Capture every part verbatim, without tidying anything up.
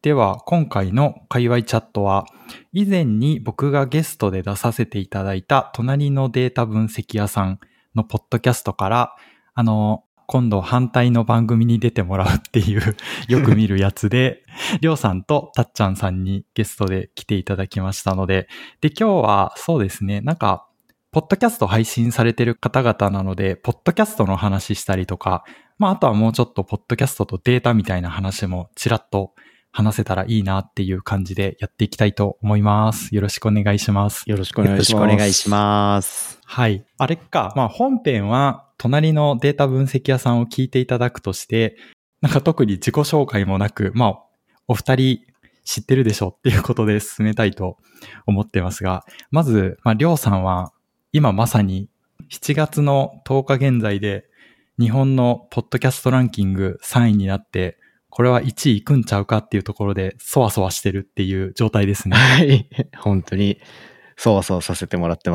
では、今回の界隈チャットは、以前に僕がゲストで出させていただいた隣のデータ分析屋さんのポッドキャストから、あの、今度反対の番組に出てもらうっていうよく見るやつで、りょうさんとたっちゃんさんにゲストで来ていただきましたので、で、今日はそうですね、なんか、ポッドキャスト配信されてる方々なので、ポッドキャストの話したりとか、まあ、あとはもうちょっとポッドキャストとデータみたいな話もちらっと話せたらいいなっていう感じでやっていきたいと思います。よろしくお願いします。 よろしくお願いします。 よろしくお願いします。 はい。あれか、まあ本編は隣のデータ分析屋さんを聞いていただくとして、なんか特に自己紹介もなく、まあお二人知ってるでしょっていうことで進めたいと思ってますが、まず、まありょうさんは今まさにしちがつのとおか現在で日本のポッドキャストランキングさんいになって、これはいちいいくんちゃうかっていうところでそわそわしてるっていう状態ですね。 はい。本当にそわそわさせてもらってます。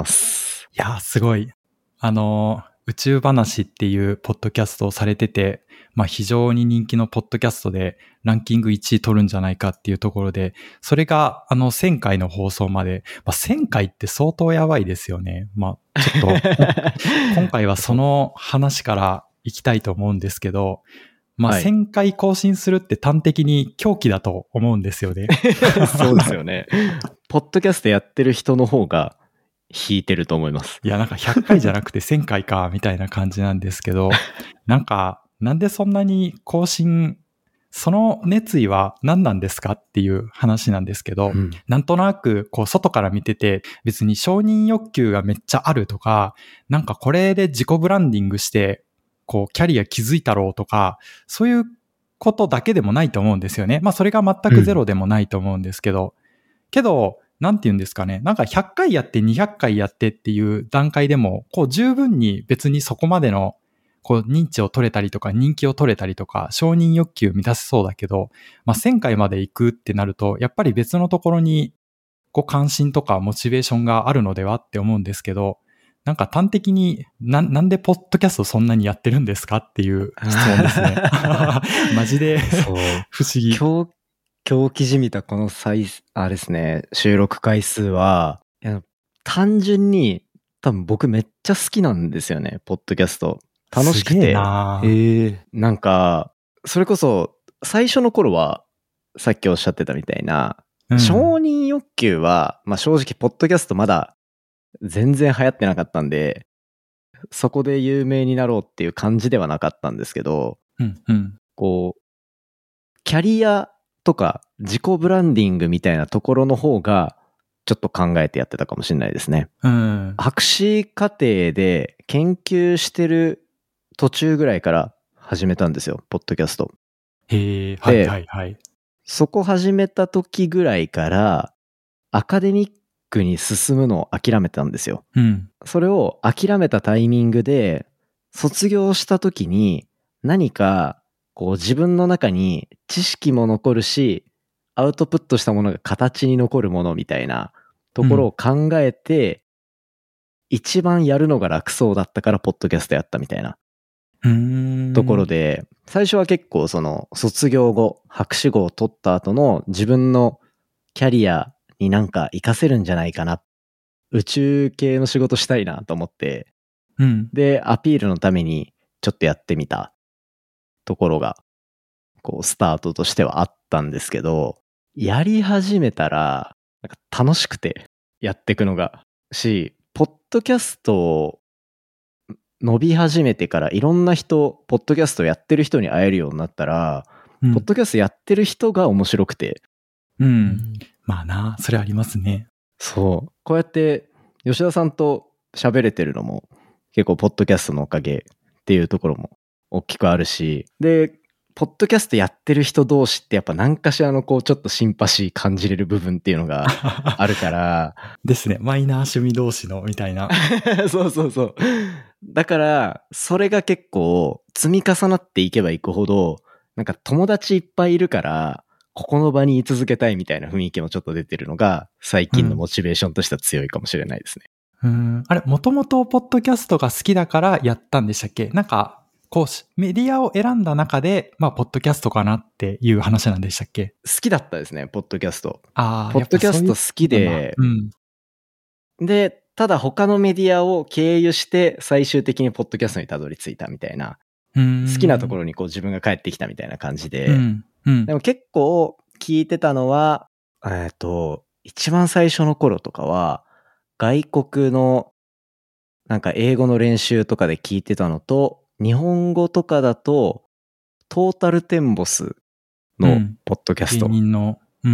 いやーすごい。あのー、宇宙話っていうポッドキャストをされてて、まあ非常に人気のポッドキャストでランキングいちい取るんじゃないかっていうところで、それがあのせんかいの放送まで、まあせんかいって相当やばいですよね。まあちょっと今回はその話からいきたいと思うんですけど、まあ、せんかい更新するって端的に狂気だと思うんですよね。 そうですよね。ポッドキャストやってる人の方が引いてると思います。 いや、なんかひゃっかいじゃなくてせんかいか、みたいな感じなんですけど、なんか、なんでそんなに更新、その熱意は何なんですかっていう話なんですけど、うん、なんとなく、こう、外から見てて、別に承認欲求がめっちゃあるとか、なんかこれで自己ブランディングして、こう、キャリア築いたろうとか、そういうことだけでもないと思うんですよね。まあ、それが全くゼロでもないと思うんですけど、うん、けど、なんて言うんですかね。なんかひゃっかいやってにひゃっかいやってっていう段階でも、こう十分に別にそこまでの、こう認知を取れたりとか人気を取れたりとか承認欲求満たせそうだけど、まあ、せんかいまで行くってなると、やっぱり別のところに、こう関心とかモチベーションがあるのではって思うんですけど、なんか端的にな、なんでポッドキャストそんなにやってるんですかっていう質問ですね。マジで不思議。 今日、今日記事見たこのサイズ、あれですね、収録回数は、いや単純に多分僕めっちゃ好きなんですよね、ポッドキャスト。楽しくて。 すげえなー。 えー、なんか、それこそ最初の頃は、さっきおっしゃってたみたいな、うん、承認欲求は、まあ正直ポッドキャストまだ全然流行ってなかったんで、そこで有名になろうっていう感じではなかったんですけど、 うんうん、 こう、キャリアとか自己ブランディングみたいなところの方がちょっと考えてやってたかもしれないですね。 うん、 博士課程で研究してる途中ぐらいから始めたんですよ、ポッドキャスト。 へえ、はいはいはい。 そこ始めた時ぐらいからアカデミックに進むのを諦めたんですよ。 うん、 それを諦めたタイミングで卒業した時に何かこう自分の中に知識も残るしアウトプットしたものが形に残るものみたいなところを考えて、うん、一番やるのが楽そうだったからポッドキャストやったみたいなところで、最初は結構その卒業後博士号を取った後の自分のキャリアになんか活かせるんじゃないかな、宇宙系の仕事したいなと思って、 うん、 でアピールのためにちょっとやってみたところがこうスタートとしてはあったんですけど、やり始めたらなんか楽しくてやっていくのがし、ポッドキャストを伸び始めてからいろんな人、ポッドキャストやってる人に会えるようになったら、うん、ポッドキャストやってる人が面白くて、 うん、うん、まあな、それありますね。 そう、こうやって吉田さんと喋れてるのも結構ポッドキャストのおかげっていうところも大きくあるし、でポッドキャストやってる人同士ってやっぱ何かしらのこうちょっとシンパシー感じれる部分っていうのがあるからですね、マイナー趣味同士のみたいなそうそうそう、だからそれが結構積み重なっていけばいくほどなんか友達いっぱいいるからここの場に居続けたいみたいな雰囲気もちょっと出てるのが最近のモチベーションとしては強いかもしれないですね。 うん、うん、あれもともとポッドキャストが好きだからやったんでしたっけ？なんかこうし、メディアを選んだ中で、まあ、ポッドキャストかなっていう話なんでしたっけ？ 好きだったですね、ポッドキャスト。 ああ、 ポッドキャスト好きで、 うん。 で、ただ他のメディアを経由して最終的にポッドキャストにたどり着いたみたいな、好きなところにこう自分が帰ってきたみたいな感じで、 うんうん、 でも結構聞いてたのは、えっと、一番最初の頃とかは、外国のなんか英語の練習とかで聞いてたのと、日本語とかだと、トータルテンボスのポッドキャスト芸人の、うんうん、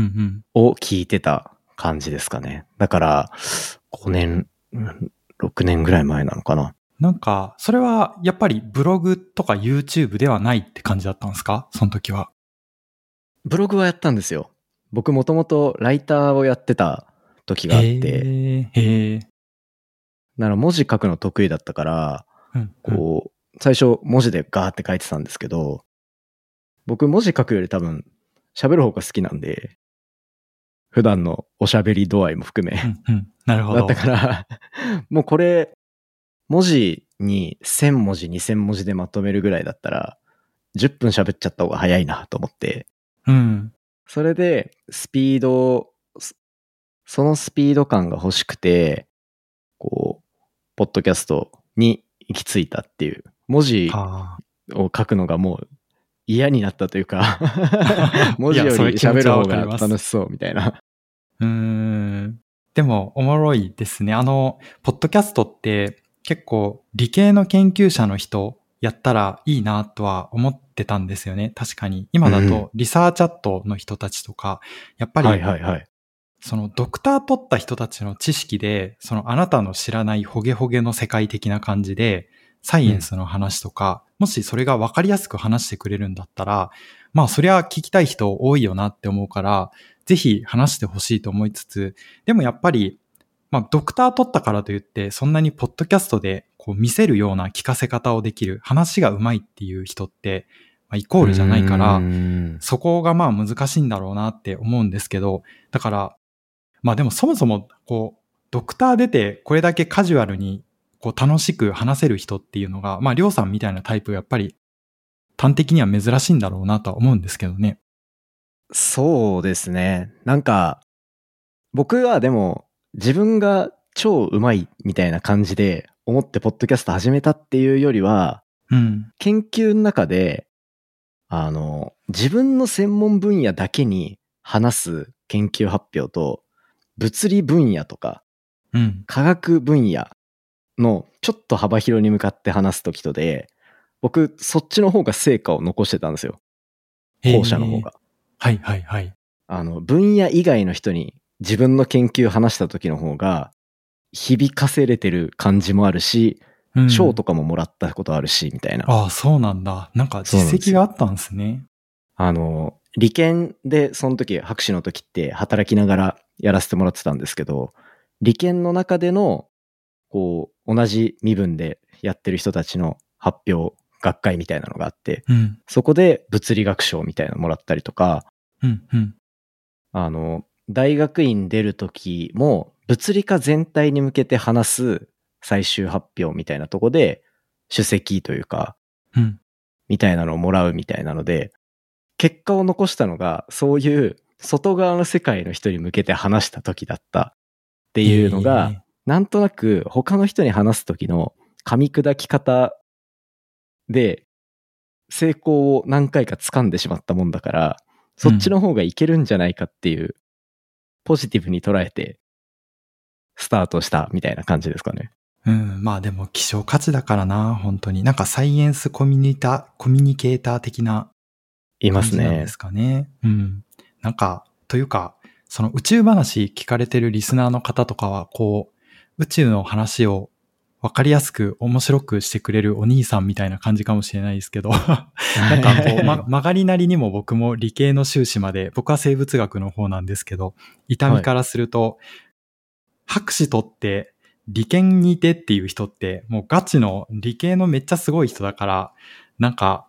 を聞いてた感じですかね。だから、ごねん、ろくねんぐらい前なのかな。 なんか、それはやっぱりブログとか YouTube ではないって感じだったんですか？その時は。 ブログはやったんですよ。僕もともとライターをやってた時があって、 へえ。 なら文字書くの得意だったから、 うんうん、 こう、最初文字でガーって書いてたんですけど、僕文字書くより多分喋る方が好きなんで、普段のおしゃべり度合いも含め、 うんうん、なるほど。 だったからもうこれ文字にせんもじにせんもじでまとめるぐらいだったらじゅっぷん喋っちゃった方が早いなと思って、 うん、 それでスピード、そのスピード感が欲しくて、こうポッドキャストに行き着いたっていう、文字を書くのがもう嫌になったというか文字より喋る方が楽しそうみたいな。 うーん。でもおもろいですね。あの、ポッドキャストって結構理系の研究者の人やったらいいなとは思ってたんですよね。確かに。今だとリサーチャットの人たちとか、やっぱり、はいはいはい、そのドクター取った人たちの知識で、そのあなたの知らないホゲホゲの世界的な感じで、サイエンスの話とか、うん、もしそれが分かりやすく話してくれるんだったら、まあそりゃ聞きたい人多いよなって思うから、ぜひ話してほしいと思いつつ、でもやっぱり、まあドクター取ったからといって、そんなにポッドキャストでこう見せるような聞かせ方をできる、話が上手いっていう人って、まあ、イコールじゃないから、そこがまあ難しいんだろうなって思うんですけど、だから、まあでもそもそもこう、ドクター出てこれだけカジュアルにこう楽しく話せる人っていうのが、まありょうさんみたいなタイプがやっぱり端的には珍しいんだろうなとは思うんですけどね。 そうですね。なんか、僕はでも自分が超うまいみたいな感じで思ってポッドキャスト始めたっていうよりは、 うん、 研究の中で、あの、自分の専門分野だけに話す研究発表と、物理分野とか、 うん、 科学分野のちょっと幅広に向かって話すときとで、僕そっちの方が成果を残してたんですよ。後者の方が。 はいはいはい。 あの、分野以外の人に自分の研究話した時の方が、響かせれてる感じもあるし、うん、賞とかももらったことあるし、みたいな。 ああ、そうなんだ。なんか実績があったんですね。 あの、理研でその時、博士の時って働きながらやらせてもらってたんですけど、理研の中での、こう、同じ身分でやってる人たちの発表、学会みたいなのがあって、うん、そこで物理学賞みたいなのもらったりとか、 うんうん、 あの、大学院出る時も、物理科全体に向けて話す最終発表みたいなとこで、首席というか、 うん、 みたいなのをもらうみたいなので、結果を残したのが、そういう外側の世界の人に向けて話した時だったっていうのが、えー、なんとなく他の人に話す時の噛み砕き方で成功を何回か掴んでしまったもんだから、そっちの方がいけるんじゃないかっていう、うん、ポジティブに捉えてスタートしたみたいな感じですかね。 うん、まあでも希少価値だからな、本当に。なんかサイエンスコミュニタ、コミュニケーター的ないますね。なんですかね。うん。なんか、というか、その宇宙話聞かれてるリスナーの方とかは、こう、宇宙の話を分かりやすく面白くしてくれるお兄さんみたいな感じかもしれないですけど、なんかこう、ま、曲がりなりにも僕も理系の修士まで、僕は生物学の方なんですけど、痛みからすると、はい、博士取って理研にいてっていう人って、もうガチの理系のめっちゃすごい人だから、なんか、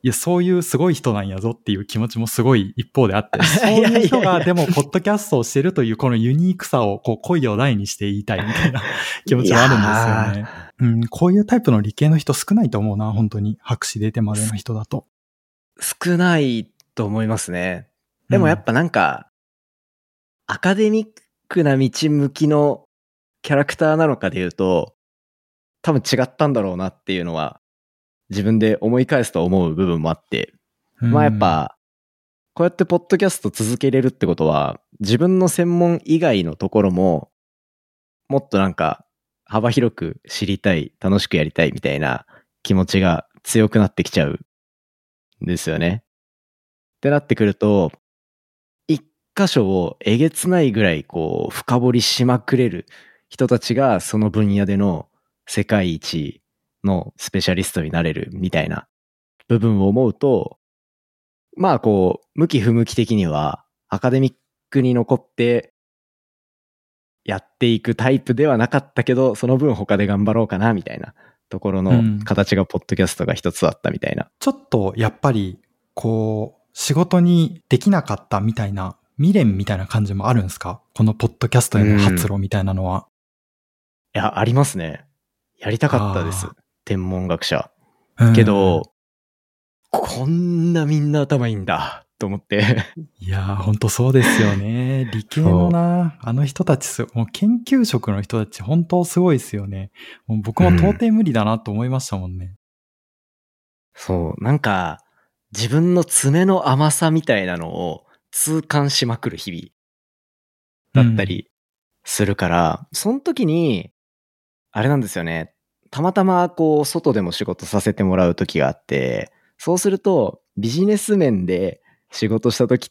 いや、そういうすごい人なんやぞっていう気持ちもすごい一方であって、そういう人がでも、ポッドキャストをしてるというこのユニークさを、こう、恋を大にして言いたいみたいな気持ちはあるんですよね。うん、こういうタイプの理系の人少ないと思うな、本当に。博士出てまでの人だと。 少ないと思いますね。でもやっぱなんか、うん、アカデミックな道向きのキャラクターなのかで言うと、多分違ったんだろうなっていうのは、自分で思い返すと思う部分もあって、うん、まあやっぱ、こうやってポッドキャスト続けれるってことは、自分の専門以外のところも、もっとなんか、幅広く知りたい、楽しくやりたいみたいな気持ちが強くなってきちゃうんですよね。ってなってくると、一箇所をえげつないぐらいこう、深掘りしまくれる人たちがその分野での世界一のスペシャリストになれるみたいな部分を思うと、まあこう、向き不向き的にはアカデミックに残ってやっていくタイプではなかったけど、その分他で頑張ろうかなみたいなところの形がポッドキャストが一つあったみたいな。 うん、ちょっとやっぱりこう、仕事にできなかったみたいな未練みたいな感じもあるんですか？このポッドキャストへの発露みたいなのは。 いや、ありますね。やりたかったです。天文学者。けど、こんなみんな頭いいんだと思って。 いやー、ほんとそうですよね。理系のな、あの人たち、もう研究職の人たち本当すごいですよね。もう僕も到底無理だなと思いましたもんね。うん、 そう、なんか、自分の爪の甘さみたいなのを痛感しまくる日々だったりするから、うん、その時に、あれなんですよね。たまたまこう、外でも仕事させてもらう時があって、そうすると、ビジネス面で仕事した時って、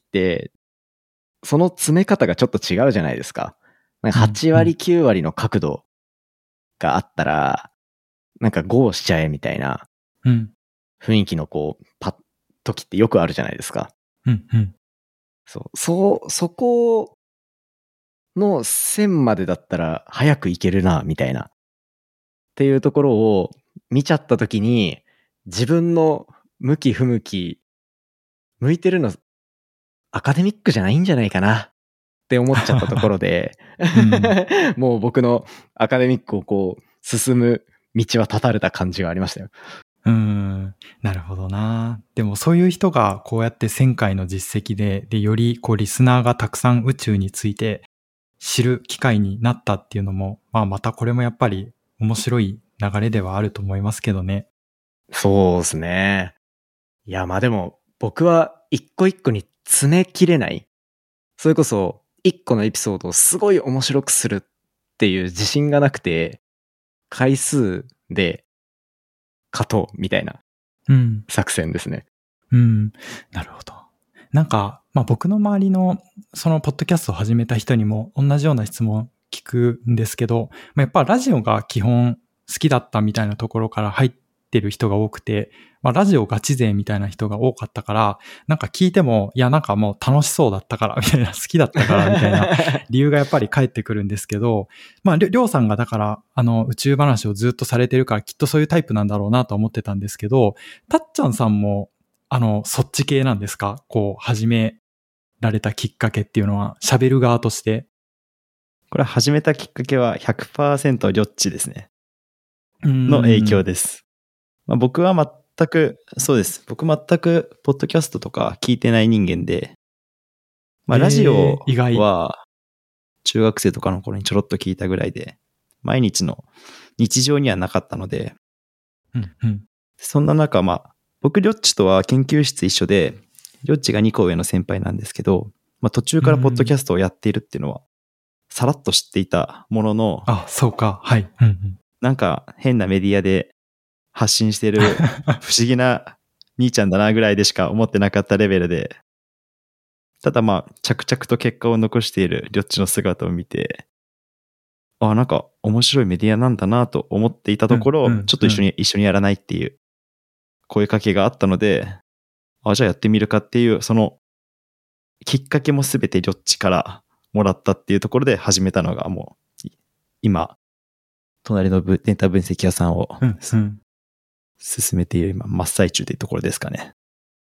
その詰め方がちょっと違うじゃないですか。なんかはちわりきゅうわりの角度があったら、なんかゴーしちゃえみたいな雰囲気のこう、パッ時ってよくあるじゃないですか。 うんうん、 そう、そう、そこの線までだったら早くいけるな、みたいな。っていうところを見ちゃった時に、自分の向き不向き、向いてるのアカデミックじゃないんじゃないかなって思っちゃったところで、うん、もう僕のアカデミックをこう進む道は断たれた感じがありましたよ。 うーん、なるほどな。でもそういう人がこうやってせんかいの実績で、で、よりこうリスナーがたくさん宇宙について知る機会になったっていうのも、まあまたこれもやっぱり面白い流れではあると思いますけどね。 そうですね。いや、まあでも僕は一個一個に詰めきれない。それこそ一個のエピソードをすごい面白くするっていう自信がなくて、回数で勝とうみたいな作戦ですね。 うん、うん、なるほど。なんか、まあ僕の周りのそのポッドキャストを始めた人にも同じような質問聞くんですけど、まあ、やっぱラジオが基本好きだったみたいなところから入ってる人が多くて、まあラジオガチ勢みたいな人が多かったから、なんか聞いても、いやなんかもう楽しそうだったからみたいな、好きだったからみたいな理由がやっぱり返ってくるんですけど、まありょうさんがだからあの宇宙話をずっとされてるからきっとそういうタイプなんだろうなと思ってたんですけど、たっちゃんさんもあのそっち系なんですか？こう始められたきっかけっていうのは、喋る側として。 これ始めたきっかけは ひゃくパーセント リョッチですね。の影響です。まあ、僕は全く、そうです。僕全くポッドキャストとか聞いてない人間で、まあラジオは中学生とかの頃にちょろっと聞いたぐらいで、毎日の日常にはなかったので、 うんうん、 そんな中、まあ僕リョッチとは研究室一緒で、リョッチがにこ上の先輩なんですけど、まあ途中からポッドキャストをやっているっていうのは、さらっと知っていたものの、 あ、そうか、はい。うんうん、 なんか変なメディアで発信してる不思議な兄ちゃんだなぐらいでしか思ってなかったレベルで、ただまあ着々と結果を残しているリョッチの姿を見て、あ、なんか面白いメディアなんだなと思っていたところ、うんうんうん、ちょっと一緒に一緒にやらないっていう声かけがあったので、あ、じゃあやってみるかっていうそのきっかけもすべてリョッチからもらったっていうところで始めたのがもう今隣のデータ分析屋さんを、うんうん、進めている今真っ最中というところですかね。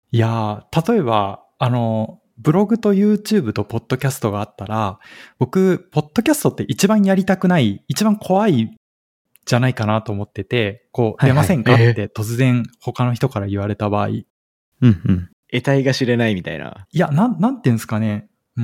いやー、例えば、あの、ブログと YouTube とポッドキャストがあったら、僕、ポッドキャストって一番やりたくない、一番怖いじゃないかなと思ってて、こう、 はいはい出ませんかえーって突然他の人から言われた場合。いうんうん。 得体が知れないみたいな。 や、なん、なんていうんですかね。うん。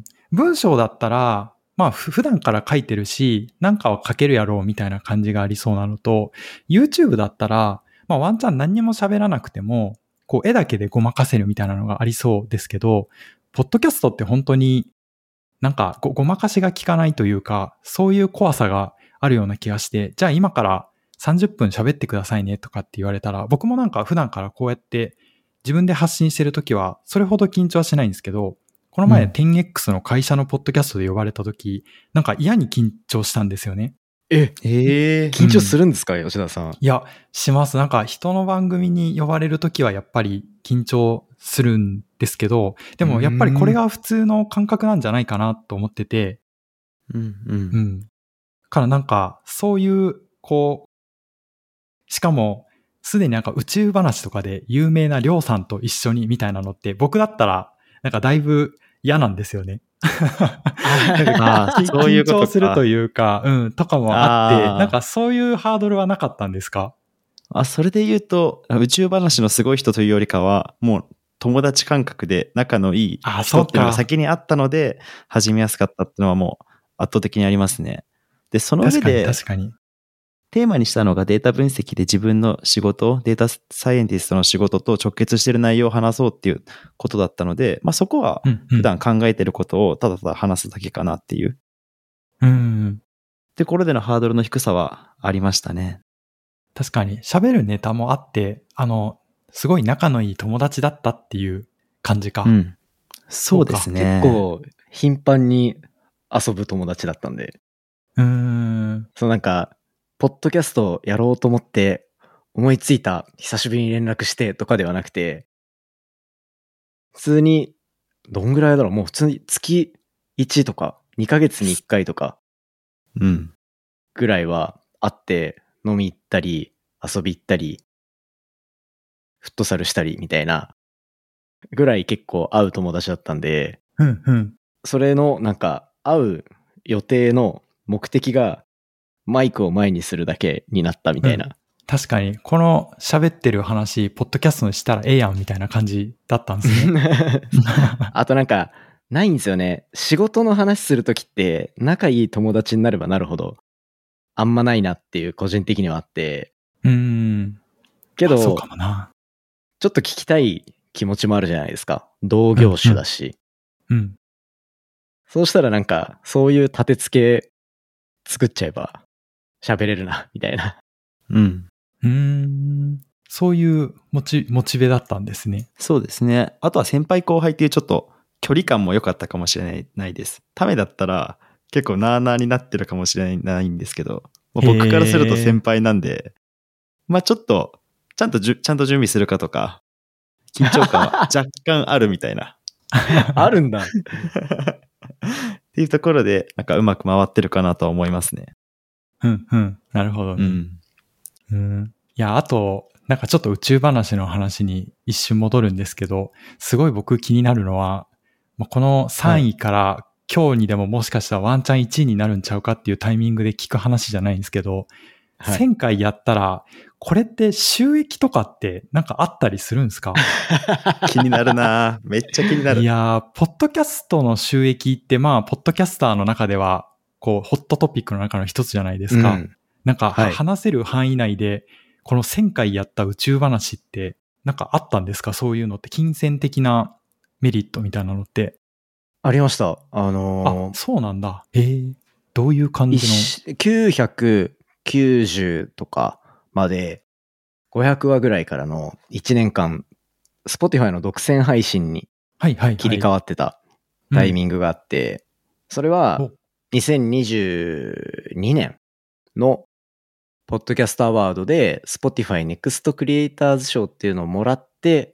文章だったら、まあ、ふ普段から書いてるし、なんかは書けるやろうみたいな感じがありそうなのと、YouTube だったら、まあ、ワンチャン何にも喋らなくても、こう、絵だけでごまかせるみたいなのがありそうですけど、ポッドキャストって本当になんかごごまかしが効かないというか、そういう怖さがあるような気がして、じゃあ今からさんじゅっぷん喋ってくださいねとかって言われたら、僕もなんか普段からこうやって自分で発信してるときはそれほど緊張はしないんですけど、この前、 うんテンエックス の会社のポッドキャストで呼ばれたとき、なんか嫌に緊張したんですよね。 え、 ええ緊張するんですか、吉田さん。 いや、します。なんか人の番組に呼ばれるときはやっぱり緊張するんですけど、でもやっぱりこれが普通の感覚なんじゃないかなと思ってて、 うんう。 うんん。だからなんか、そういう、こう、しかも、すでになんか宇宙話とかで有名なりょうさんと一緒にみたいなのって、僕だったら、なんかだいぶ嫌なんですよね。 ああ、そういうことか。 緊張するというか、うん、とかもあって、 あーなんかそういうハードルはなかったんですか？ あ、それで言うと、宇宙話のすごい人というよりかは、もう友達感覚で仲のいいあ、 人っていうのがそうか。 先にあったので、始めやすかったっていうのはもう圧倒的にありますね。で、その上確かにで、 確かに。 テーマにしたのがデータ分析で自分の仕事、データサイエンティストの仕事と直結している内容を話そうっていうことだったので、まあそこはうんうん普段考えてることをただただ話すだけかなっていううん。 ところでのハードルの低さはありましたね。 確かに、喋るネタもあって、あの、すごい仲のいい友達だったっていう感じか。 うん。そうですね。 結構頻繁に遊ぶ友達だったんで、 うーん。 そうなんか、ポッドキャストやろうと思って思いついた、久しぶりに連絡してとかではなくて、普通に、どんぐらいだろう、もう普通に月いちとかにかげつにいっかいとかうん。 ぐらいは会って飲み行ったり遊び行ったりフットサルしたりみたいなぐらい結構会う友達だったんで、 うんうん。 それのなんか会う予定の目的がマイクを前にするだけになったみたいな。 確かに、この喋ってる話、ポッドキャストにしたらええやんみたいな感じだったんですね。 あとなんかないんですよね。仕事の話するときって仲いい友達になればなるほどあんまないなっていう個人的にはあって、 うーん。 けど、 あそうかもな。 ちょっと聞きたい気持ちもあるじゃないですか。同業種だし。 うん。 そうしたらなんか、そういう立て付け作っちゃえば喋れるな、みたいな。 うん。 うーん。そういうモチ、モチベだったんですね。 そうですね。あとは先輩後輩っていうちょっと距離感も良かったかもしれないないです。ためだったら結構なーなーになってるかもしれないんですけど、まあ僕からすると先輩なんで、まあちょっと、ちゃんとじゅ、ちゃんと準備するかとか、緊張感は若干あるみたいな。 あるんだ。 っていうところで、なんかうまく回ってるかなとは思いますね。 うんうん。なるほどね。 うん。 うん。いや、あと、なんかちょっと宇宙話の話に一瞬戻るんですけど、すごい僕気になるのは、まあこのさんいから今日にでももしかしたらワンチャンいちいになるんちゃうかっていうタイミングで聞く話じゃないんですけど、 はいせんかいやったら、これって収益とかってなんかあったりするんですか？ 気になるなめっちゃ気になる。 いやー、ポッドキャストの収益ってまあ、ポッドキャスターの中では、こう、ホットトピックの中の一つじゃないですか。 うんなんか、 はい話せる範囲内で、このせんかいやった宇宙話って、なんかあったんですか？そういうのって、金銭的なメリットみたいなのって。 ありました。ああの、ー、 そうなんだ。えー、どういう感じの。 一きゅうひゃくきゅうじゅうとかまでごひゃくわぐらいからのいちねんかん Spotify の独占配信にはいはいはい。 切り替わってたタイミングがあって、それはおにせんにじゅうにねんのポッドキャストアワードで Spotify Next Creators 賞っていうのをもらって、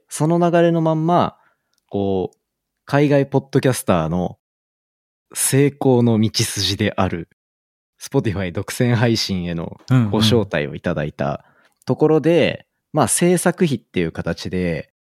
その流れのまんま、こう、海外ポッドキャスターの成功の道筋である Spotify 独占配信へのうんうんご招待をいただいたところで、まあ制作費っていう形で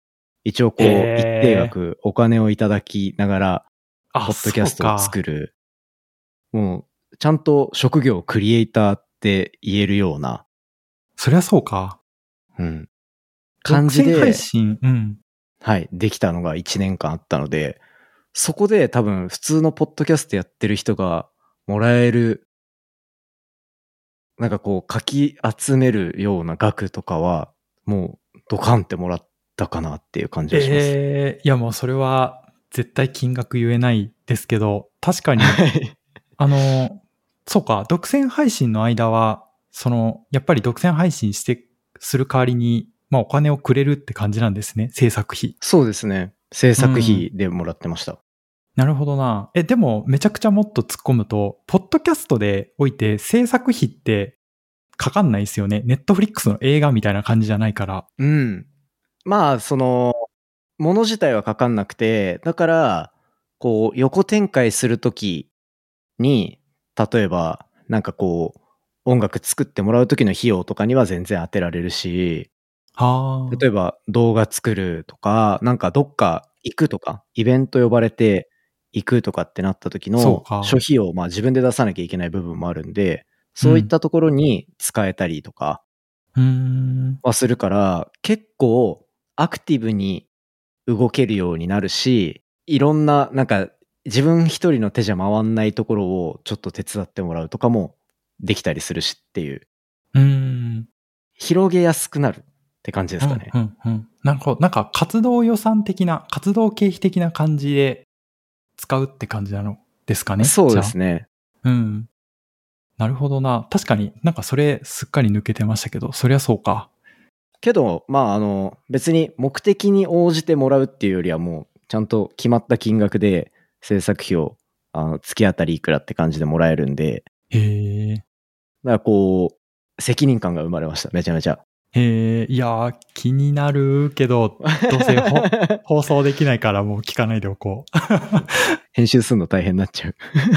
一応こう、一定額お金をいただきながら、ポッドキャストを作る。もう、ちゃんと職業クリエイターって言えるような。 そりゃそうか。 うん。感じで。 独占配信。うん。 はい。できたのがいちねんかんあったので、そこで多分普通のポッドキャストやってる人がもらえる、なんかこう、かき集めるような額とかは、もうドカンってもらったかなっていう感じがします。 えー、いやもうそれは絶対金額言えないですけど、確かに、あの、そうか、独占配信の間は、その、やっぱり独占配信して、する代わりに、まあお金をくれるって感じなんですね、制作費。 そうですね。制作費でもらってました。うん、 なるほどな。え、でもめちゃくちゃもっと突っ込むと、ポッドキャストでおいて制作費ってかかんないですよね。ネットフリックスの映画みたいな感じじゃないから。 うん。まあ、その、もの自体はかかんなくて、だから、こう、横展開するときに、例えば、なんかこう、音楽作ってもらうときの費用とかには全然当てられるし、 は例えば動画作るとか、なんかどっか行くとか、イベント呼ばれて行くとかってなった時の諸費用をまあ自分で出さなきゃいけない部分もあるんで、そういったところに使えたりとかはするから、結構アクティブに動けるようになるし、いろんななんか自分一人の手じゃ回んないところをちょっと手伝ってもらうとかもできたりするしっていう。 うーん。 広げやすくなるって感じですかね。 うんうんうん。なんか、なんか活動予算的な、活動経費的な感じで使うって感じなのですかね。 そうですね。 うん。なるほどな。確かになんかそれすっかり抜けてましたけど、そりゃそうか。 けど、まああの、別に目的に応じてもらうっていうよりはもう、ちゃんと決まった金額で制作費を、あの、月当たりいくらって感じでもらえるんで。 へえ。 だからこう、責任感が生まれました。めちゃめちゃ。 へえ、いやー、気になるけど、どうせ放送できないからもう聞かないでおこう。 編集するの大変になっちゃう。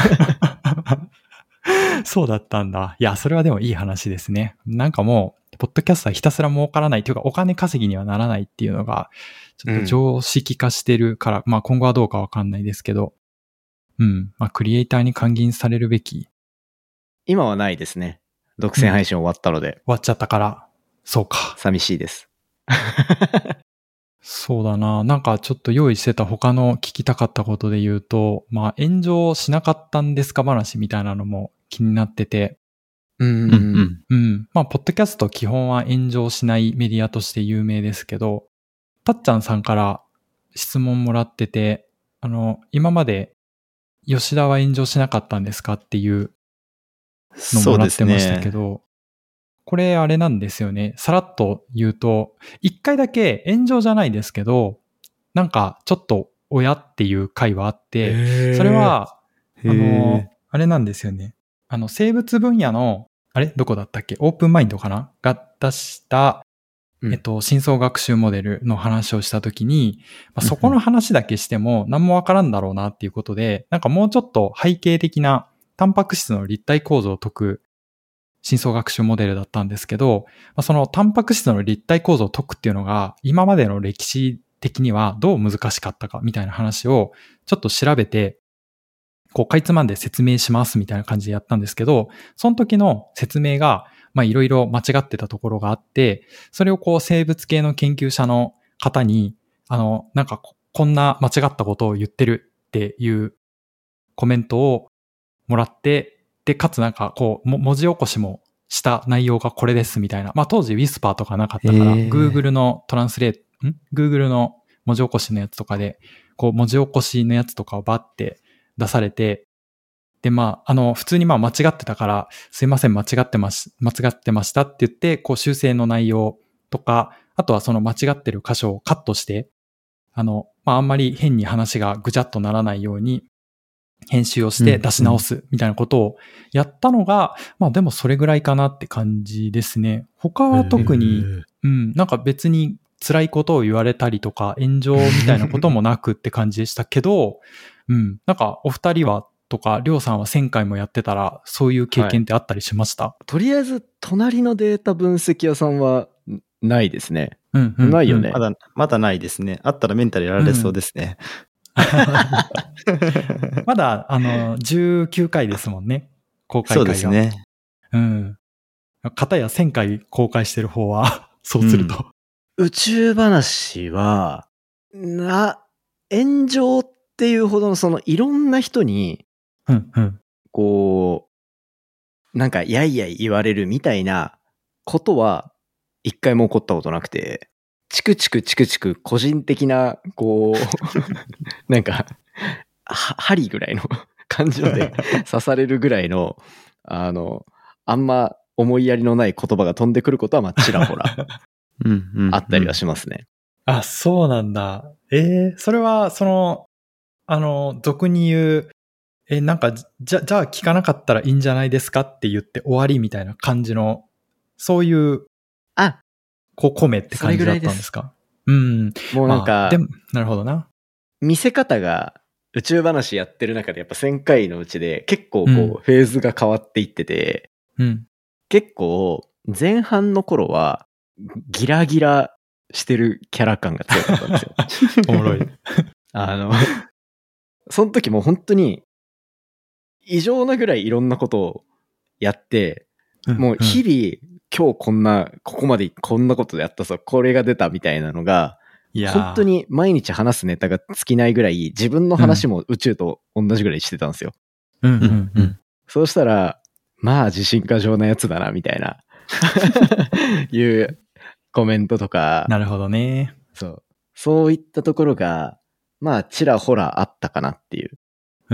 そうだったんだ。いや、それはでもいい話ですね。なんかもう、ポッドキャストはひたすら儲からないというか、お金稼ぎにはならないっていうのが、ちょっと常識化してるから、うん、まあ今後はどうかわかんないですけど、うん。まあクリエイターに還元されるべき。 今はないですね。独占配信終わったので。うん、終わっちゃったから。そうか。 寂しいです。 そうだな。なんかちょっと用意してた他の聞きたかったことで言うと、まあ炎上しなかったんですか話みたいなのも気になってて。 うんうん。 うん。まあ、ポッドキャスト基本は炎上しないメディアとして有名ですけど、たっちゃんさんから質問もらってて、あの、今まで吉田は炎上しなかったんですかっていうのもらってましたけど、これあれなんですよね。さらっと言うと、一回だけ炎上じゃないですけど、なんかちょっと親っていう回はあって、それは、あの、あれなんですよね。あの、生物分野の、あれどこだったっけオープンマインドかなが出した、えっと、深層学習モデルの話をしたときに、まあ、そこの話だけしても何もわからんだろうなっていうことで、なんかもうちょっと背景的なタンパク質の立体構造を解く深層学習モデルだったんですけど、そのタンパク質の立体構造を解くっていうのが今までの歴史的にはどう難しかったかみたいな話をちょっと調べて、こうかいつまんで説明しますみたいな感じでやったんですけど、その時の説明がまあいろいろ間違ってたところがあって、それをこう生物系の研究者の方に、あの、なんかこんな間違ったことを言ってるっていうコメントをもらって、で、かつなんかこう、文字起こしもした内容がこれですみたいな。まあ当時 Whisper とかなかったから、Google のトランスレート、ん ?Google の文字起こしのやつとかで、こう文字起こしのやつとかをバッて出されて、で、まあ、あの、普通にまあ間違ってたから、すいません、間違ってまし、間違ってましたって言って、こう修正の内容とか、あとはその間違ってる箇所をカットして、あの、まああんまり変に話がぐちゃっとならないように、編集をして出し直すみたいなことをやったのが、うんうん、まあでもそれぐらいかなって感じですね。他は特に、うん、なんか別に辛いことを言われたりとか炎上みたいなこともなくって感じでしたけど、うん、なんかお二人はとか、りょうさんはせんかいもやってたら、そういう経験ってあったりしました？ はい、とりあえず、隣のデータ分析屋さんは、 ないですね。 うんうんうん、 ないよね。 まだ、まだないですね。あったらメンタルやられそうですね。 うん、まだ、あの、じゅうきゅうかいですもんね。公開回が。 そうですね。 うん。片やせんかい公開してる方は、そうすると、 うん。宇宙話は、な、炎上っていうほどのそのいろんな人に、 うんうん、 こう、なんかやいやい言われるみたいなことは一回も起こったことなくて、チクチクチクチク個人的な、こう、なんか、針ぐらいの感情で刺されるぐらいの、あの、あんま思いやりのない言葉が飛んでくることはまあちらほらあったりはしますね。 あ、そうなんだ。えー、それは、その、あの、俗に言う、え、なんか、じゃ、じゃあ聞かなかったらいいんじゃないですかって言って終わりみたいな感じの、そういう、 あ、 こう、米って感じだったんですか？うん。 もうなんか、 まあ、でも、なるほどな。 見せ方が宇宙話やってる中でやっぱせんかいのうちで結構こう、うん、フェーズが変わっていってて、 うん、 結構前半の頃はギラギラしてるキャラ感が強かったんですよ。 おもろい。 あの、その時もう本当に異常なぐらいいろんなことをやって、うん、もう日々、今日こんな、ここまでこんなことやったぞ、これが出たみたいなのが、いや本当に毎日話すネタが尽きないぐらい、自分の話も宇宙と同じぐらいしてたんですよ。 うんうんうん、 そうしたら、まあ自信過剰なやつだな、みたいな、いうコメントとか。 なるほどね。 そう。そういったところが、まあちらほらあったかなっていう。 うん、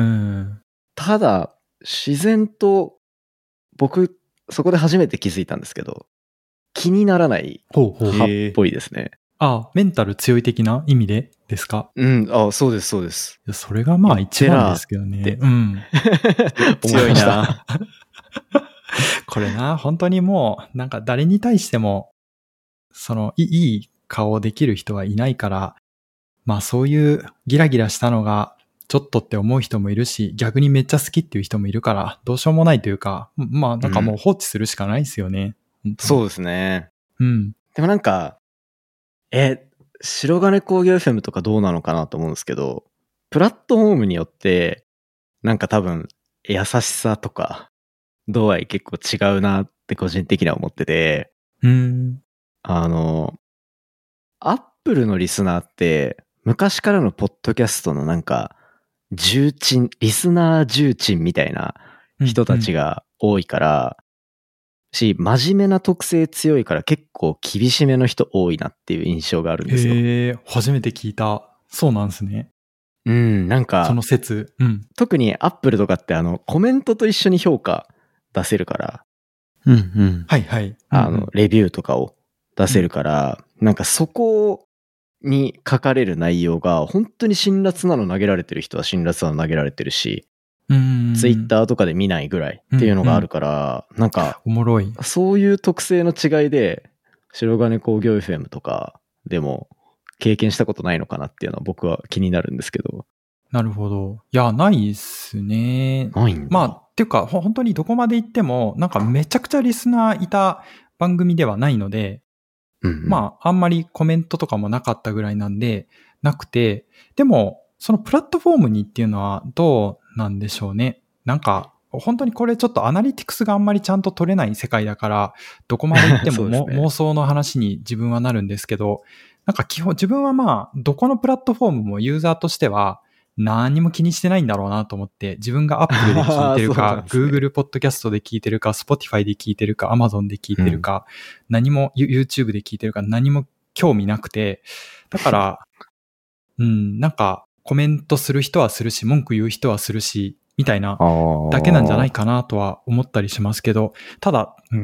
ただ、自然と、僕、そこで初めて気づいたんですけど、気にならない派っぽいですね。 ああ、メンタル強い的な意味でですか？ うん、ああ、そうです、そうです。 いやそれがまあ一番ですけどね。うん。 強いな。 これな、本当にもう、なんか誰に対しても、その、いい顔できる人はいないから、まあそういうギラギラしたのが、ちょっとって思う人もいるし、逆にめっちゃ好きっていう人もいるから、どうしようもないというか、まあなんかもう放置するしかないですよね。 うん、そうですね。 うん。 でもなんか、え、白金工業 エフエム とかどうなのかなと思うんですけど、プラットフォームによって、なんか多分、優しさとか、度合い結構違うなって個人的には思ってて、 うん。 あの、アップルのリスナーって、昔からのポッドキャストのなんか、重鎮、リスナー重鎮みたいな人たちが多いから、し、真面目な特性強いから結構厳しめの人多いなっていう印象があるんですよ。 へー、初めて聞いた。そうなんですね。 うん、なんか、 その説。うん。 特にアップルとかってあの、コメントと一緒に評価出せるから、 うんうん。 はいはい。 あの、レビューとかを出せるから、うん、なんかそこに書かれる内容が本当に辛辣なの投げられてる人は辛辣なの投げられてるし、ツイッターとかで見ないぐらいっていうのがあるから、うんうん、なんか、 おもろい。 そういう特性の違いで、白金工業 エフエム とかでも経験したことないのかなっていうのは僕は気になるんですけど。 なるほど。いや、ないっすね。 ないんだ。 まあ、っていうか、本当にどこまで行っても、なんかめちゃくちゃリスナーいた番組ではないので、 うんうん、 まあ、あんまりコメントとかもなかったぐらいなんで、なくて、でも、そのプラットフォームにっていうのはどうなんでしょうね。なんか、本当にこれちょっとアナリティクスがあんまりちゃんと取れない世界だから、どこまで行っても、ね、妄想の話に自分はなるんですけど、なんか基本、自分はまあ、どこのプラットフォームもユーザーとしては、何も気にしてないんだろうなと思って、自分が Apple で聞いてるか、ね、Google Podcast で聞いてるか、Spotify で聞いてるか、Amazon で聞いてるか、うん、何も YouTube で聞いてるか、何も興味なくて、だから、うん、なんかコメントする人はするし、文句言う人はするし、みたいなだけなんじゃないかなとは思ったりしますけど、ただ、うん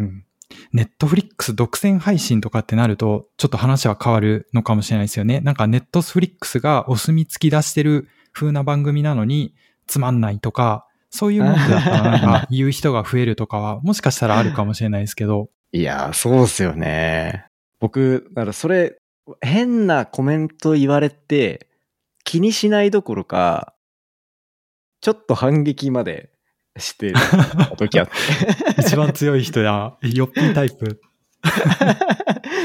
、Netflix 独占配信とかってなると、ちょっと話は変わるのかもしれないですよね。なんか Netflix がお墨付き出してる風な番組なのにつまんないとか、そういう文句だったらなんか言う人が増えるとかはもしかしたらあるかもしれないですけど。 いやー、そうですよね。僕、だからそれ、変なコメント言われて気にしないどころか、ちょっと反撃までしてる時あって。 一番強い人や、よっぴータイプ。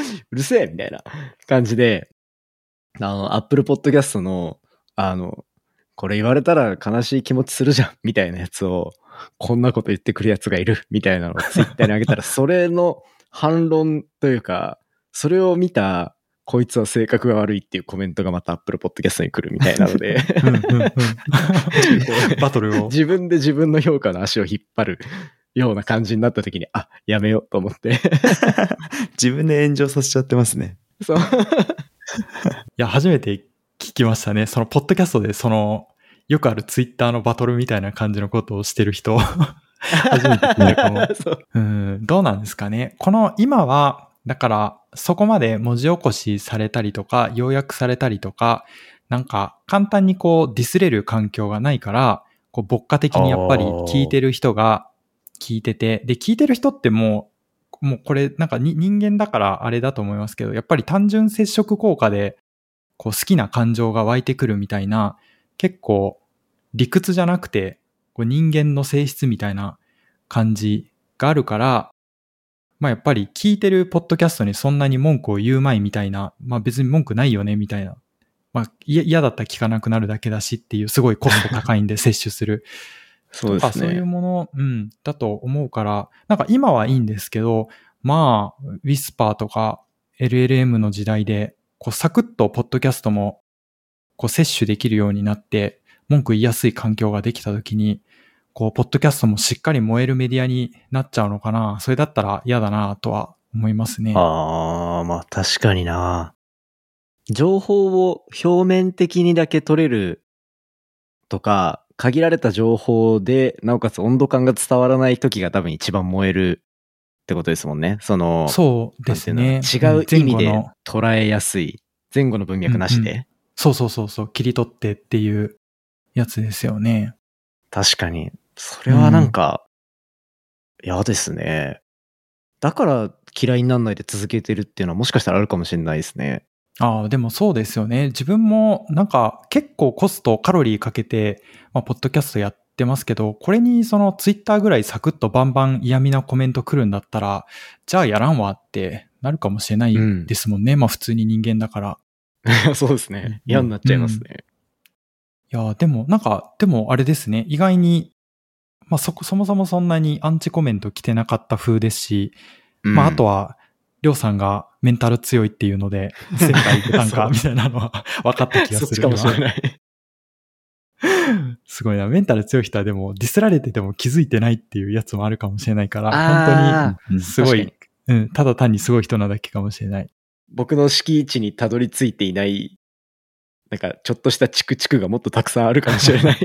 うるせえみたいな感じで、あの、Apple Podcast の、あの、これ言われたら悲しい気持ちするじゃんみたいなやつを、こんなこと言ってくるやつがいるみたいなのをツイッターに上げたら、それの反論というか、それを見た、こいつは性格が悪いっていうコメントがまた Apple Podcast に来るみたいなのでうんうん、うん、バトルを。 自分で自分の評価の足を引っ張るような感じになった時に、あ、やめようと思って。 自分で炎上させちゃってますね。 そう。いや、初めて聞きましたね。その、ポッドキャストで、その、よくあるツイッターのバトルみたいな感じのことをしてる人、初めて聞いたかも。うん、どうなんですかね。この、今は、だから、そこまで文字起こしされたりとか、要約されたりとか、なんか、簡単にこう、ディスれる環境がないから、こう、牧歌的にやっぱり聞いてる人が聞いてて、で、聞いてる人ってもう、もうこれ、なんかに人間だからあれだと思いますけど、やっぱり単純接触効果で、こう、好きな感情が湧いてくるみたいな、結構、理屈じゃなくて、こう人間の性質みたいな感じがあるから、まあやっぱり聞いてるポッドキャストにそんなに文句を言うまいみたいな、まあ別に文句ないよねみたいな、まあ嫌だったら聞かなくなるだけだしっていうすごいコスト高いんで摂取する。 そうですね。 とかそういうもの、うん、だと思うから、なんか今はいいんですけど、まあ、ウィスパーとか エルエルエム の時代で、こうサクッとポッドキャストもこう摂取できるようになって、文句言いやすい環境ができたときに、こう、ポッドキャストもしっかり燃えるメディアになっちゃうのかな。それだったら嫌だなとは思いますね。 ああ、まあ確かにな。情報を表面的にだけ取れるとか、限られた情報で、なおかつ温度感が伝わらない時が多分一番燃えるってことですもんね。その、 そうですね。 違う意味で捉えやすい。前後の文脈なしで、 うんうん。そうそうそうそう。切り取ってっていうやつですよね。 確かに。それはなんか、嫌ですね。だから嫌いにならないで続けてるっていうのはもしかしたらあるかもしれないですね。 ああ、でもそうですよね。自分もなんか結構コスト、カロリーかけて、まあ、ポッドキャストやってますけど、これにそのツイッターぐらいサクッとバンバン嫌味なコメント来るんだったら、じゃあやらんわってなるかもしれないですもんね。うん、まあ普通に人間だから。 そうですね。嫌になっちゃいますね。 うん、いや、でもなんか、でもあれですね。意外に、まあそこ、そもそもそんなにアンチコメント来てなかった風ですし、うん、まああとは、りょうさんがメンタル強いっていうので、せんかい出たんかみたいなのは分かった気がする。 そっちかもしれない。 すごいな。メンタル強い人はでもディスられてても気づいてないっていうやつもあるかもしれないから、本当にすごい、うん、ただ単にすごい人なだけかもしれない。 僕の敷地にたどり着いていない、なんかちょっとしたチクチクがもっとたくさんあるかもしれない。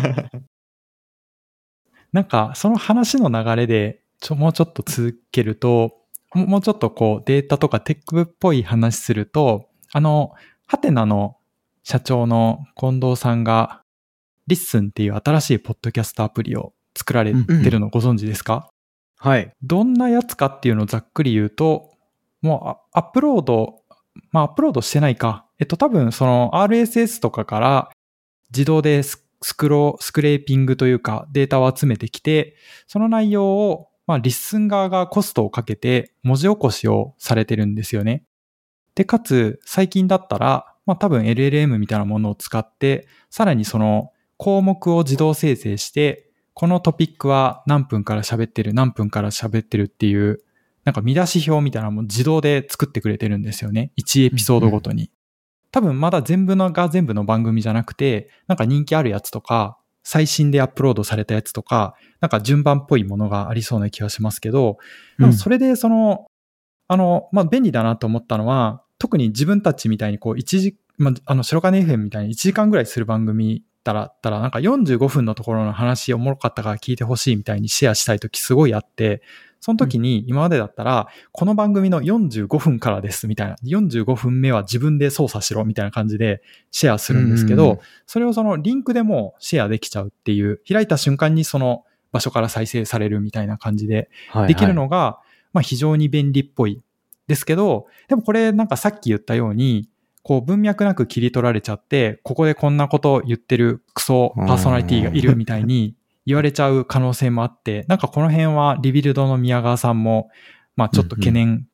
なんかその話の流れでちょもうちょっと続けると、もうちょっとこうデータとかテックっぽい話すると、あの、ハテナの社長の近藤さんが、リッスンっていう新しいポッドキャストアプリを作られてるのご存知ですか？ うん、はい。 どんなやつかっていうのをざっくり言うと、もうアップロード、まあアップロードしてないか。えっと多分その アールエスエス とかから自動でスクロ、スクレーピングというかデータを集めてきて、その内容をまあ、リッスン側がコストをかけて文字起こしをされてるんですよね。で、かつ、最近だったら、まあ多分 エルエルエム みたいなものを使って、さらにその項目を自動生成して、このトピックは何分から喋ってる、何分から喋ってるっていう、なんか見出し表みたいなのも自動で作ってくれてるんですよね。いちエピソードごとに。うんうん、多分まだ全部のが全部の番組じゃなくて、なんか人気あるやつとか、最新でアップロードされたやつとか、なんか順番っぽいものがありそうな気がしますけど、うん、それでその、あの、まあ、便利だなと思ったのは、特に自分たちみたいにこう、一時、まあ、あの、白金 エフエム みたいにいちじかんぐらいする番組だったら、なんかよんじゅうごふんのところの話おもろかったから聞いてほしいみたいにシェアしたいときすごいあって、その時に今までだったら、この番組のよんじゅうごふんからですみたいな、よんじゅうごふんめは自分で操作しろみたいな感じでシェアするんですけど、うんうん、それをそのリンクでもシェアできちゃうっていう、開いた瞬間にその場所から再生されるみたいな感じでできるのが、はいはい、まあ非常に便利っぽいですけど、でもこれなんかさっき言ったように、こう文脈なく切り取られちゃって、ここでこんなこと言ってるクソパーソナリティがいるみたいに言われちゃう可能性もあって、なんかこの辺はリビルドの宮川さんも、まあちょっと懸念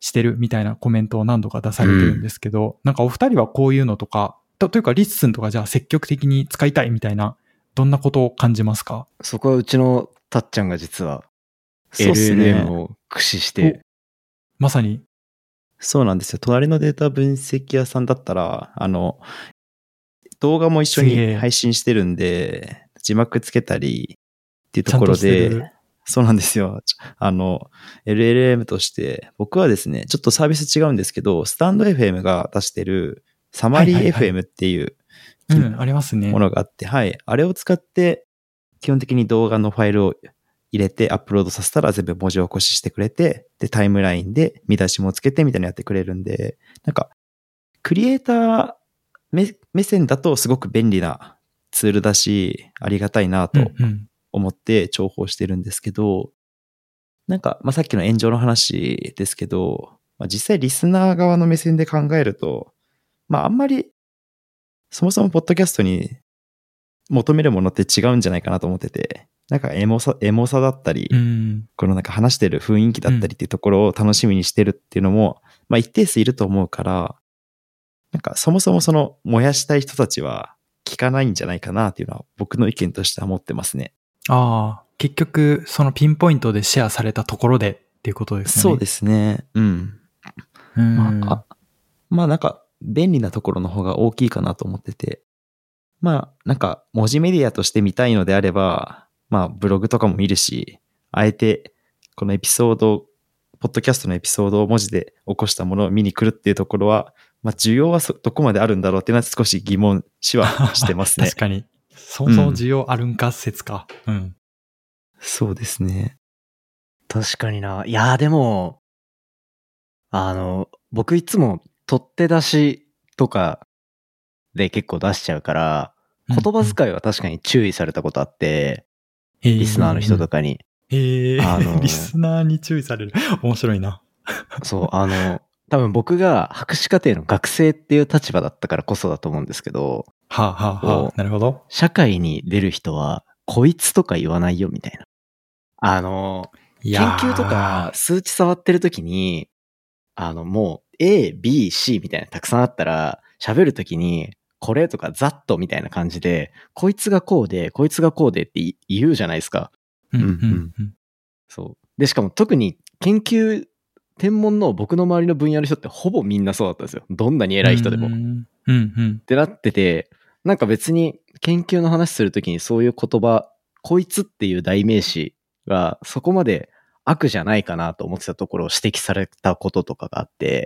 してるみたいなコメントを何度か出されてるんですけど、うん、なんかお二人はこういうのとか、と, というかリッスンとかじゃあ積極的に使いたいみたいな、どんなことを感じますか？ そこはうちのたっちゃんが実は エルエルエム を駆使して、 まさにそうなんですよ。隣のデータ分析屋さんだったら、あの動画も一緒に配信してるんで、字幕つけたりっていうところで、そうなんですよ。あの、エルエルエム として、僕はですね、ちょっとサービス違うんですけど、スタンド エフエム が出してるサマリー エフエム っていうものがあって、はい。あれを使って、基本的に動画のファイルを入れてアップロードさせたら全部文字起こししてくれて、で、タイムラインで見出しもつけてみたいなのやってくれるんで、なんか、クリエイター目, 目線だとすごく便利なツールだし、ありがたいなと思って重宝してるんですけど、うんうん、なんか、まあ、さっきの炎上の話ですけど、まあ、実際リスナー側の目線で考えると、まあ、あんまり、そもそもポッドキャストに求めるものって違うんじゃないかなと思ってて、なんかエモさ、エモさだったり、うん、このなんか話してる雰囲気だったりっていうところを楽しみにしてるっていうのも、まあ、一定数いると思うから、なんかそもそもその燃やしたい人たちは聞かないんじゃないかなっていうのは僕の意見としては思ってますね。 ああ、結局そのピンポイントでシェアされたところでっていうことですね。 そうですね。うん。うんまあ、あまあなんか便利なところの方が大きいかなと思ってて。まあなんか文字メディアとして見たいのであれば、まあブログとかも見るし、あえてこのエピソード、ポッドキャストのエピソードを文字で起こしたものを見に来るっていうところは、まあ、需要はどこまであるんだろうっていうのは少し疑問視はしてますね。 確かに。そもそも需要あるんか説か。うん。うん、 そうですね。 確かにな。いや、でも、あの、僕いつも取って出しとかで結構出しちゃうから、言葉遣いは確かに注意されたことあって、うんうん、リスナーの人とかに。 へえー、あのリスナーに注意される。面白いな。 そう、あの、多分僕が博士課程の学生っていう立場だったからこそだと思うんですけど。 はあ、はあはあ、なるほど。 社会に出る人は、こいつとか言わないよみたいな。あの、研究とか数値触ってる時に、あの、もう A、B、C みたいなたくさんあったら、喋る時に、これとかざっとみたいな感じで、こいつがこうで、こいつがこうでって言うじゃないですか。 うんうんうん、 そう。で、しかも特に研究、天文の僕の周りの分野の人ってほぼみんなそうだったんですよ。どんなに偉い人でも。 うんうんうん、 ってなってて、なんか別に研究の話するときにそういう言葉、こいつっていう代名詞がそこまで悪じゃないかなと思ってたところを指摘されたこととかがあって、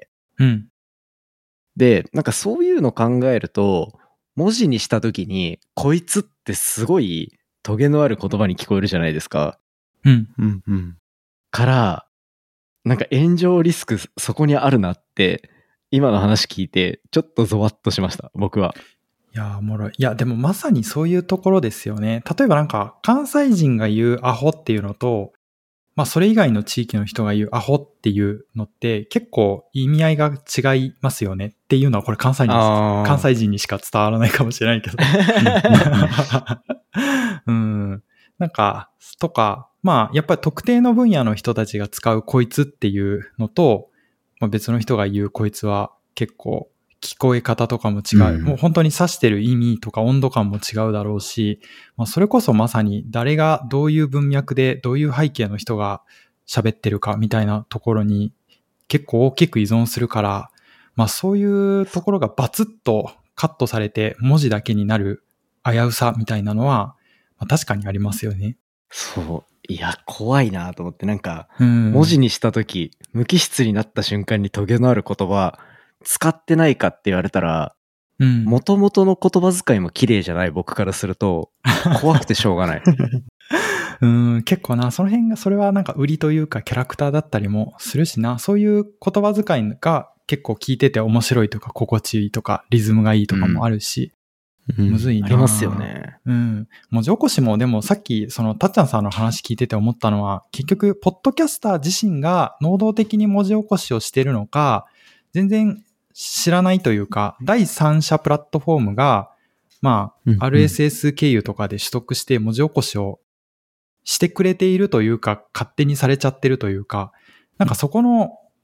うん、 で、なんかそういうの考えると、文字にしたときにこいつってすごいトゲのある言葉に聞こえるじゃないですか。 うんうんうん。 から、なんか炎上リスクそこにあるなって今の話聞いてちょっとゾワッとしました僕は。 いやおもろい。いやでもまさにそういうところですよね。例えばなんか関西人が言うアホっていうのと、まあそれ以外の地域の人が言うアホっていうのって結構意味合いが違いますよねっていうのはこれ関西人関西人にしか伝わらないかもしれないけど。うん、なんかとか。まあ、やっぱり特定の分野の人たちが使うこいつっていうのと、まあ、別の人が言うこいつは結構聞こえ方とかも違う。うん、もう本当に指してる意味とか温度感も違うだろうし、まあ、それこそまさに誰がどういう文脈でどういう背景の人が喋ってるかみたいなところに結構大きく依存するから、まあそういうところがバツッとカットされて文字だけになる危うさみたいなのは、まあ、確かにありますよね。 そう。いや、怖いなと思って、なんか、文字にしたとき、無機質になった瞬間にトゲのある言葉、使ってないかって言われたら、もともとの言葉遣いも綺麗じゃない僕からすると、怖くてしょうがない。 うん、結構な、その辺が、それはなんか売りというかキャラクターだったりもするしな、そういう言葉遣いが結構聞いてて面白いとか心地いいとかリズムがいいとかもあるし、うん、むずいな。 ありますよね。 うん。文字起こしもでもさっきそのたっちゃんさんの話聞いてて思ったのは、結局ポッドキャスター自身が能動的に文字起こしをしてるのか、全然知らないというか、第三者プラットフォームがまあ、うんうん、アールエスエス 経由とかで取得して文字起こしをしてくれているというか、勝手にされちゃってるというか、なんかそこの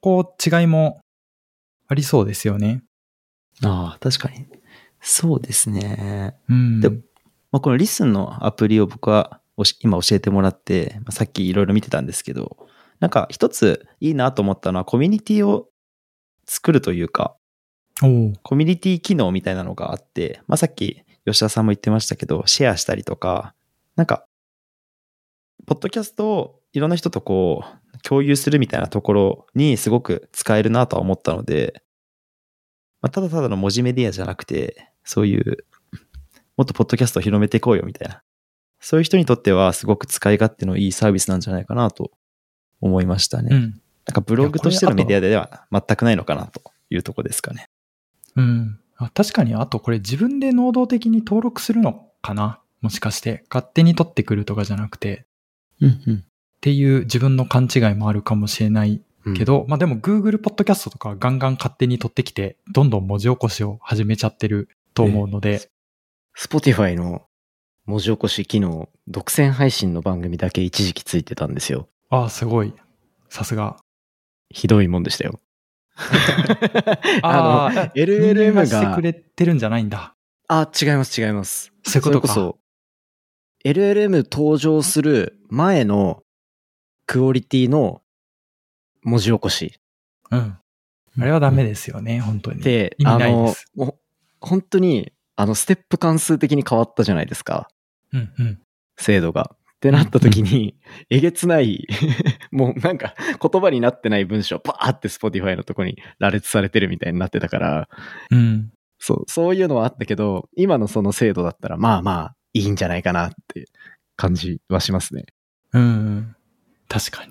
こ違いもありそうですよね。 ああ、確かに。そうですね。 うん。 で、まあ、このリスンのアプリを僕は今教えてもらって、まあ、さっきいろいろ見てたんですけど、なんか一ついいなと思ったのはコミュニティを作るというか、 おコミュニティ機能みたいなのがあって、まあ、さっき吉田さんも言ってましたけど、シェアしたりとか、なんか、ポッドキャストをいろんな人とこう、共有するみたいなところにすごく使えるなとは思ったので、まあ、ただただの文字メディアじゃなくて、そういう、もっとポッドキャストを広めていこうよみたいな。そういう人にとってはすごく使い勝手のいいサービスなんじゃないかなと思いましたね。 うん。 なんかブログとしてのメディアでは全くないのかなというところですかね。 うん。あ、確かに、あとこれ自分で能動的に登録するのかな？もしかして。勝手に取ってくるとかじゃなくて。 うんうん。 っていう自分の勘違いもあるかもしれないけど、うん、まあでも Google ポッドキャストとかガンガン勝手に取ってきて、どんどん文字起こしを始めちゃってると思うので。 Spotify の文字起こし機能、独占配信の番組だけ一時期ついてたんですよ。 ああ、すごい。さすが。 ひどいもんでしたよ。 あの、エルエルエム がしてくれてるんじゃないんだ。 あ、違います違います。 そういうことか。 それこそ、エルエルエム 登場する前のクオリティの文字起こし。 うん。あれはダメですよね、うん、本当に。 で、 意味ないです。 あの、本当に、あの、ステップ関数的に変わったじゃないですか。 うんうん。 精度が。ってなった時に、えげつない、もうなんか言葉になってない文章バーって Spotify のとこに羅列されてるみたいになってたから、 うん。 そう、そういうのはあったけど、今のその精度だったらまあまあいいんじゃないかなって感じはしますね。 うん。確かに。